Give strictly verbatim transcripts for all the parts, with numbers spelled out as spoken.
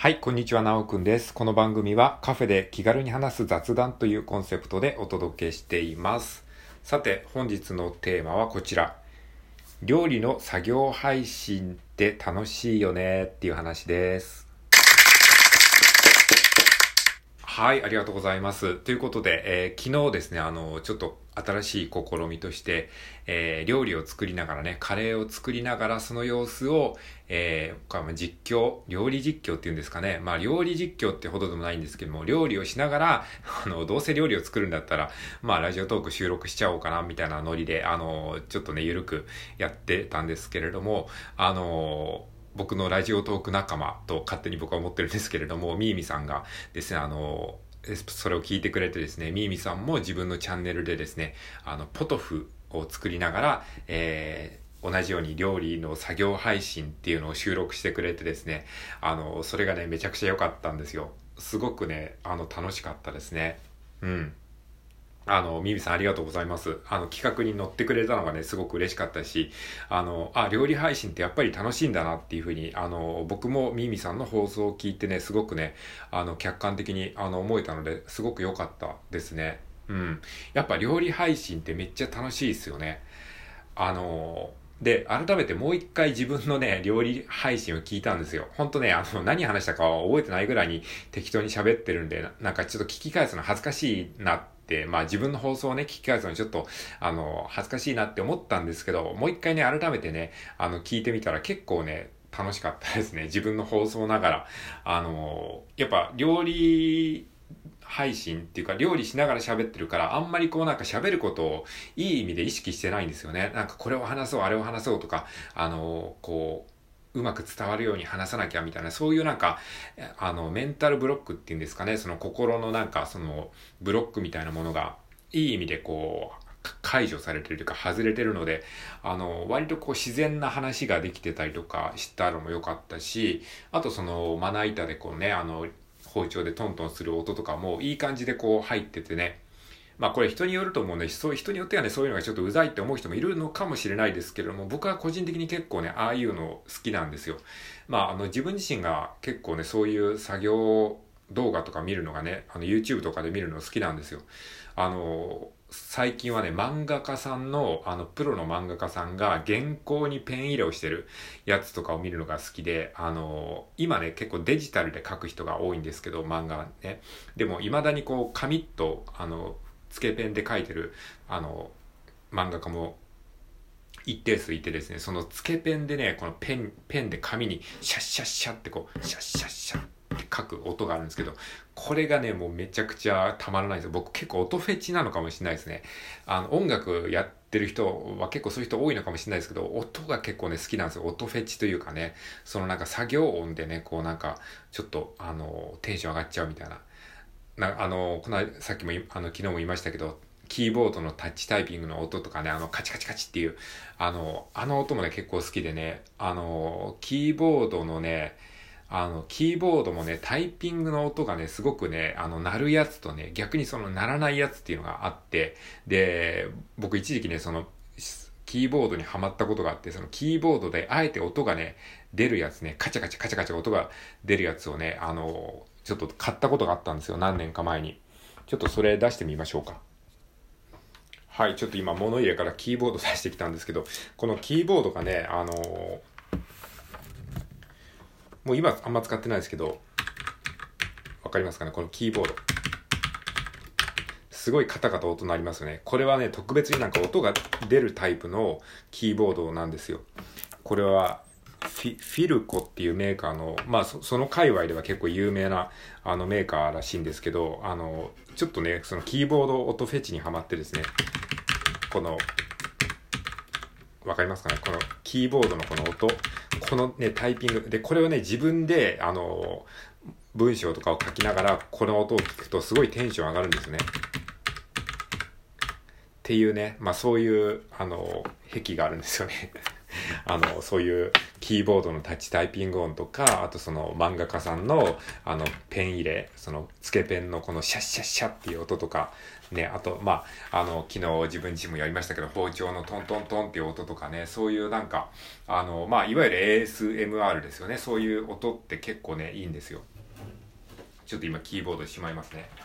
はい、こんにちは、なおくんです。この番組はカフェで気軽に話す雑談というコンセプトでお届けしています。さて、本日のテーマはこちら。料理の作業配信って楽しいよねっていう話です。はい、ありがとうございます。ということで、えー昨日ですね、あの、ちょっと新しい試みとして、えー料理を作りながらね、カレーを作りながらその様子を、えー、まあ実況、料理実況っていうんですかね。まあ料理実況ってほどでもないんですけども、料理をしながら、あの、どうせ料理を作るんだったら、まあラジオトーク収録しちゃおうかな、みたいなノリで、あの、ちょっとね、ゆるくやってたんですけれども、あの、僕のラジオトーク仲間と勝手に僕は思ってるんですけれども、みーみさんがですね、あの、それを聞いてくれてですね、みーみさんも自分のチャンネルでですね、あの、ポトフを作りながら、えー同じように料理の作業配信っていうのを収録してくれてですね、あの、それがね、めちゃくちゃ良かったんですよ。すごくね、あの、楽しかったですね。うん。あの、ミミさんありがとうございます。あの、企画に乗ってくれたのがね、すごく嬉しかったし、あの、あ、料理配信ってやっぱり楽しいんだなっていうふうに、あの、僕もミミさんの放送を聞いてね、すごくね、あの、客観的に、あの、思えたので、すごく良かったですね。うん。やっぱ料理配信ってめっちゃ楽しいですよね。あの、で、改めてもう一回自分のね、料理配信を聞いたんですよ。ほんとね、あの、何話したかは覚えてないぐらいに適当に喋ってるんで、ななんかちょっと聞き返すの恥ずかしいなって、まあ自分の放送をね、聞き返すのちょっと、あの、恥ずかしいなって思ったんですけど、もう一回ね、改めてね、あの、聞いてみたら結構ね、楽しかったですね。自分の放送ながら。あの、やっぱ料理、配信っていうか料理しながら喋ってるからあんまりこうなんか喋ることをいい意味で意識してないんですよね。なんかこれを話そうあれを話そうとかあのこううまく伝わるように話さなきゃみたいなそういうなんかあのメンタルブロックっていうんですかね、その心のなんかそのブロックみたいなものがいい意味でこう解除されてるというか外れてるので、あの割とこう自然な話ができてたりとかしたのも良かったし、あとそのまな板でこうねあの包丁でトントンする音とかもいい感じでこう入っててね。まあこれ人によると思うんで、そういう人によってはね、そういうのがちょっとうざいって思う人もいるのかもしれないですけれども、僕は個人的に結構ね、ああいうの好きなんですよ。まああの自分自身が結構ね、そういう作業動画とか見るのがね、あの YouTube とかで見るの好きなんですよ。あの、最近はね、漫画家さんの、あの、プロの漫画家さんが原稿にペン入れをしてるやつとかを見るのが好きで、あの、今ね、結構デジタルで描く人が多いんですけど、漫画はね。でも、未だにこう、紙と、あの、つけペンで描いてる、あの、漫画家も一定数いてですね、そのつけペンでね、このペン、ペンで紙にシャッシャッシャッってこう、シャッシャッシャッって書く音があるんですけど、これがね、もうめちゃくちゃたまらないんですよ。僕結構音フェチなのかもしれないですね。あの、音楽やってる人は結構そういう人多いのかもしれないですけど、音が結構ね、好きなんですよ。音フェチというかね、そのなんか作業音でね、こうなんか、ちょっと、あの、テンション上がっちゃうみたいな。な、あの、この間、さっきもい、あの、昨日も言いましたけど、キーボードのタッチタイピングの音とかね、あの、カチカチカチっていう、あの、あの音もね、結構好きでね、あの、キーボードのね、あの、キーボードもね、タイピングの音がね、すごくね、あの、鳴るやつとね、逆にその鳴らないやつっていうのがあって、で、僕一時期ね、その、キーボードにはまったことがあって、そのキーボードであえて音がね、出るやつね、カチャカチャカチャカチャ音が出るやつをね、あの、ちょっと買ったことがあったんですよ、何年か前に。ちょっとそれ出してみましょうか。はい、ちょっと今物入れからキーボード出してきたんですけど、このキーボードがね、あのーもう今あんま使ってないですけど、わかりますかね、このキーボード。すごいカタカタ音鳴りますよね。これはね、特別になんか音が出るタイプのキーボードなんですよ。これはフィ、フィルコっていうメーカーの、まあそ、その界隈では結構有名なあのメーカーらしいんですけど、あの、ちょっとね、そのキーボード音フェチにハマってですね、この、わかりますかね、このキーボードのこの音、このね、タイピング。で、これをね、自分で、あの、文章とかを書きながら、この音を聞くとすごいテンション上がるんですね。っていうね、まあそういう、あの、癖があるんですよね。あの、そういうキーボードのタッチタイピング音とか、あとその漫画家さんの、あの、ペン入れ、その、つけペンのこのシャッシャッシャッっていう音とか、ね、あと、まあ、あの、昨日自分自身もやりましたけど、包丁のトントントンっていう音とかね、そういうなんか、あの、まあ、いわゆる エーエスエムアール ですよね。そういう音って結構ね、いいんですよ。 ちょっと今キーボードしまいますね。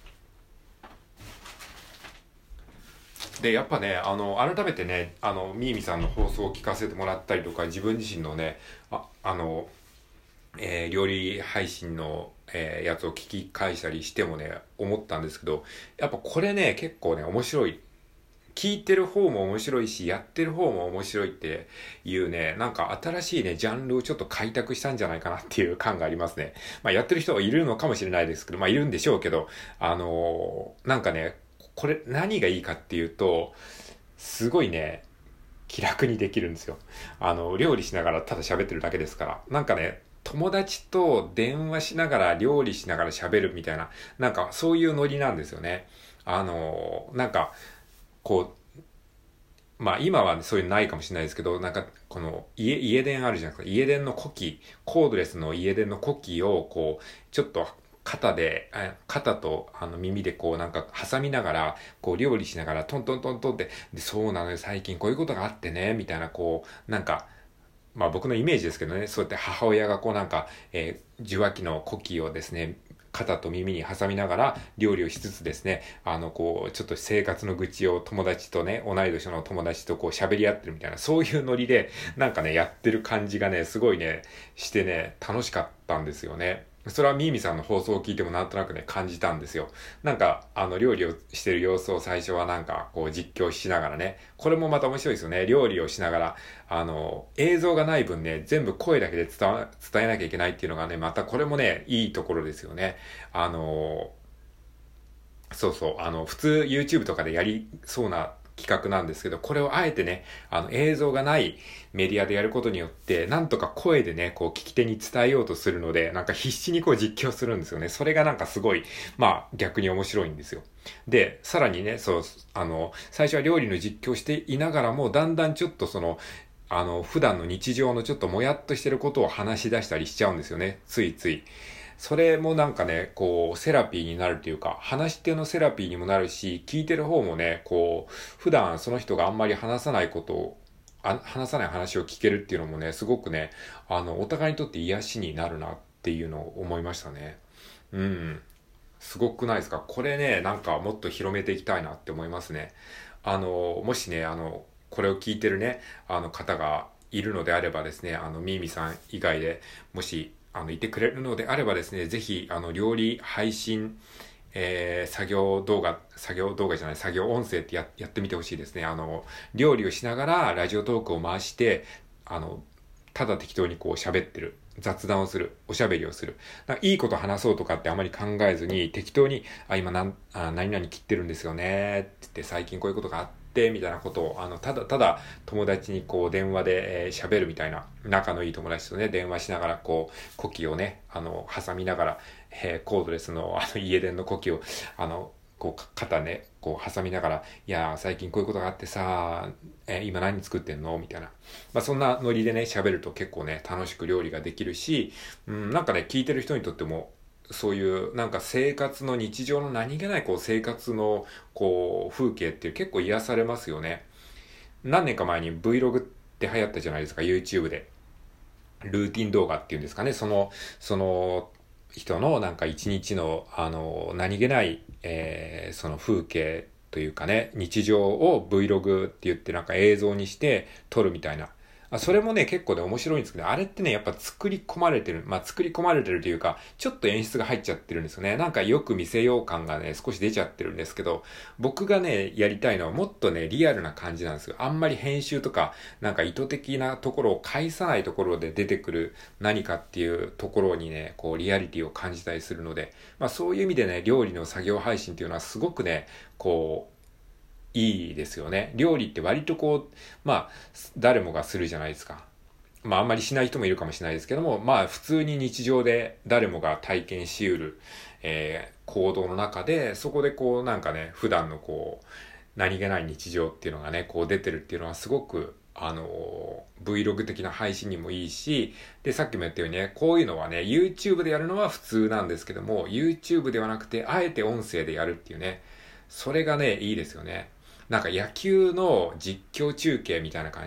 で、やっぱね、あの、改めてね、あの、みーみさんの放送を聞かせてもらったりとか、自分自身のね、あ、あの、えー料理配信の、えーやつを聞き返したりしてもね、思ったんですけど、やっぱこれね、結構ね、面白い。聞いてる方も面白いし、やってる方も面白いっていうね、なんか新しいね、ジャンルをちょっと開拓したんじゃないかなっていう感がありますね。まあやってる人はいるのかもしれないですけど、まあいるんでしょうけど、あのーなんかね、これ何がいいかっていうと、すごいね、気楽にできるんですよ。あの、料理しながらただ喋ってるだけですから。なんかね、友達と電話しながら料理しながら喋るみたいな、なんかそういうノリなんですよね。あのーなんか、こう、まあ今はそういうのないかもしれないですけど、なんかこの家、家電あるじゃないですか。家電のコキ、コードレスの家電のコキをこう、ちょっと肩で、あ肩とあの耳でこうなんか挟みながら、こう料理しながらトントントントンって、で、そうなのよ、最近こういうことがあってね、みたいなこう、なんか、まあ僕のイメージですけどね、そうやって母親がこうなんか、えー受話器のコキをですね、肩と耳に挟みながら料理をしつつですね、あのこう、ちょっと生活の愚痴を友達とね、同い年の友達とこう喋り合ってるみたいな、そういうノリで、なんかね、やってる感じがね、すごいね、してね、楽しかったんですよね。それはミーミさんの放送を聞いてもなんとなくね、感じたんですよ。なんか、あの、料理をしてる様子を最初はなんか、こう実況しながらね、これもまた面白いですよね。料理をしながら、あの、映像がない分ね、全部声だけで伝わ、伝えなきゃいけないっていうのがね、またこれもね、いいところですよね。あの、そうそう、あの、普通 YouTube とかでやりそうな企画なんですけど、これをあえてね、あの、映像がないメディアでやることによって、なんとか声でね、こう、聞き手に伝えようとするので、なんか必死にこう実況するんですよね。それがなんかすごい、まあ、逆に面白いんですよ。で、さらにね、そう、あの、最初は料理の実況していながらも、だんだんちょっとその、あの、普段の日常のちょっともやっとしてることを話し出したりしちゃうんですよね。ついつい。それもなんかね、こう、セラピーになるというか、話し手のセラピーにもなるし、聞いてる方もね、こう、普段その人があんまり話さないことを、あ話さない話を聞けるっていうのもね、すごくね、あの、お互いにとって癒しになるなっていうのを思いましたね。うん。すごくないですか？これね、なんかもっと広めていきたいなって思いますね。あの、もしね、あの、これを聞いてるね、あの方がいるのであればですね、あの、ミーミさん以外でもし、あの、いてくれるのであればですね、ぜひ、あの、料理配信、えー、作業動画、作業動画じゃない、作業音声ってや、やってみてほしいですね。あの、料理をしながらラジオトークを回して、あの、ただ適当にこう喋ってる。雑談をする。おしゃべりをする。なんかいいこと話そうとかってあまり考えずに、適当に、あ、今なん、あ、何々切ってるんですよね。って言って、最近こういうことがあって、みたいなことを、あの、ただただ友達にこう電話で喋、えー、るみたいな、仲のいい友達とね、電話しながら、こう、呼気をね、あの、挟みながら、えー、コードレスの、あの、家電の呼気を、あの、こう、肩ね、こう挟みながら、いやー、最近こういうことがあってさ、えー今何作ってんのみたいな。まあ、そんなノリでね、喋ると結構ね、楽しく料理ができるし、うん、なんかね、聞いてる人にとっても、そういうなんか生活の日常の何気ないこう生活のこう風景っていう結構癒されますよね。何年か前に Vlog って流行ったじゃないですか、YouTube で。ルーティン動画っていうんですかね、その、その人のなんか一日のあの何気ない、えーその風景というかね、日常を Vlog って言ってなんか映像にして撮るみたいな。あそれもね、結構ね、面白いんですけど、あれってね、やっぱ作り込まれてる。まあ、作り込まれてるというか、ちょっと演出が入っちゃってるんですよね。なんかよく見せよう感がね、少し出ちゃってるんですけど、僕がね、やりたいのはもっとね、リアルな感じなんですよ。あんまり編集とか、なんか意図的なところを介さないところで出てくる何かっていうところにね、こう、リアリティを感じたりするので、まあそういう意味でね、料理の作業配信っていうのはすごくね、こう、いいですよね。料理って割とこう、まあ、誰もがするじゃないですか。まああんまりしない人もいるかもしれないですけども、まあ普通に日常で誰もが体験しうる、えー行動の中で、そこでこうなんかね、普段のこう、何気ない日常っていうのがね、こう出てるっていうのはすごく、あの、Vlog 的な配信にもいいし、で、さっきも言ったようにね、こういうのはね、YouTube でやるのは普通なんですけども、YouTube ではなくて、あえて音声でやるっていうね、それがね、いいですよね。なんか野球の実況中継みたいな感じ。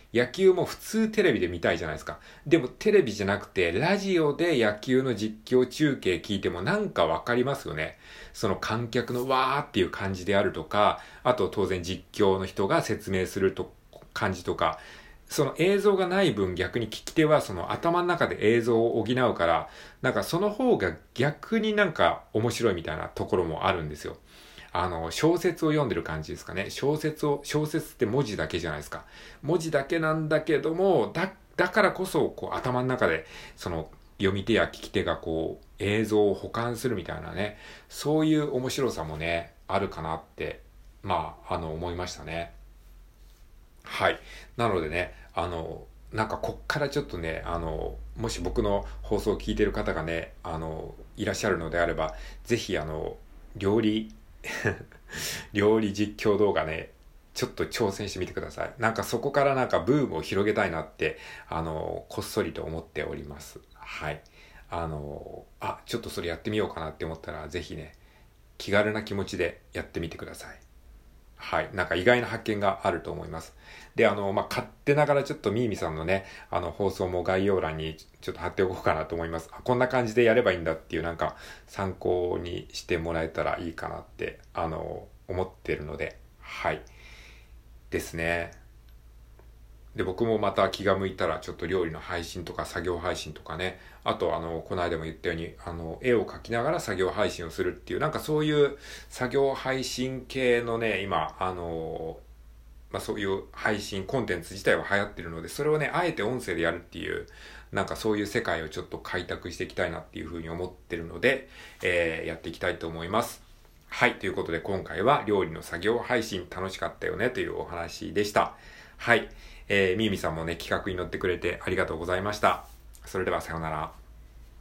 野球も普通テレビで見たいじゃないですか。でもテレビじゃなくて、ラジオで野球の実況中継聞いてもなんかわかりますよね。その観客のわーっていう感じであるとか、あと当然実況の人が説明すると感じとか、その映像がない分逆に聞き手はその頭の中で映像を補うから、なんかその方が逆になんか面白いみたいなところもあるんですよ。あの、小説を読んでる感じですかね。小説を、小説って文字だけじゃないですか。文字だけなんだけども、だ、だからこそ、こう頭の中で、その読み手や聞き手がこう映像を補完するみたいなね、そういう面白さもね、あるかなって、まあ、あの、思いましたね。はい。なのでね、あの、なんかこっからちょっとね、あの、もし僕の放送を聞いてる方がね、あの、いらっしゃるのであれば、ぜひあの、料理、料理実況動画ね、ちょっと挑戦してみてください。なんかそこからなんかブームを広げたいなって、あの、こっそりと思っております。はい。あの、あ、ちょっとそれやってみようかなって思ったら、ぜひね、気軽な気持ちでやってみてください。はい。なんか意外な発見があると思います。で、あの、まあ、勝手ながらちょっとミーミさんのね、あの、放送も概要欄にちょっと貼っておこうかなと思います。あ、こんな感じでやればいいんだっていうなんか参考にしてもらえたらいいかなって、あの、思ってるので、はい。ですね。で、僕もまた気が向いたらちょっと料理の配信とか作業配信とかね、あとあの、この間も言ったように、あの、絵を描きながら作業配信をするっていう、なんかそういう作業配信系のね、今、あの、まあそういう配信コンテンツ自体は流行ってるので、それをね、あえて音声でやるっていう、なんかそういう世界をちょっと開拓していきたいなっていうふうに思ってるので、えー、やっていきたいと思います。はい。ということで今回は料理の作業配信楽しかったよねというお話でした。はい。えー、みゆみさんもね、企画に乗ってくれてありがとうございました。それではさようなら。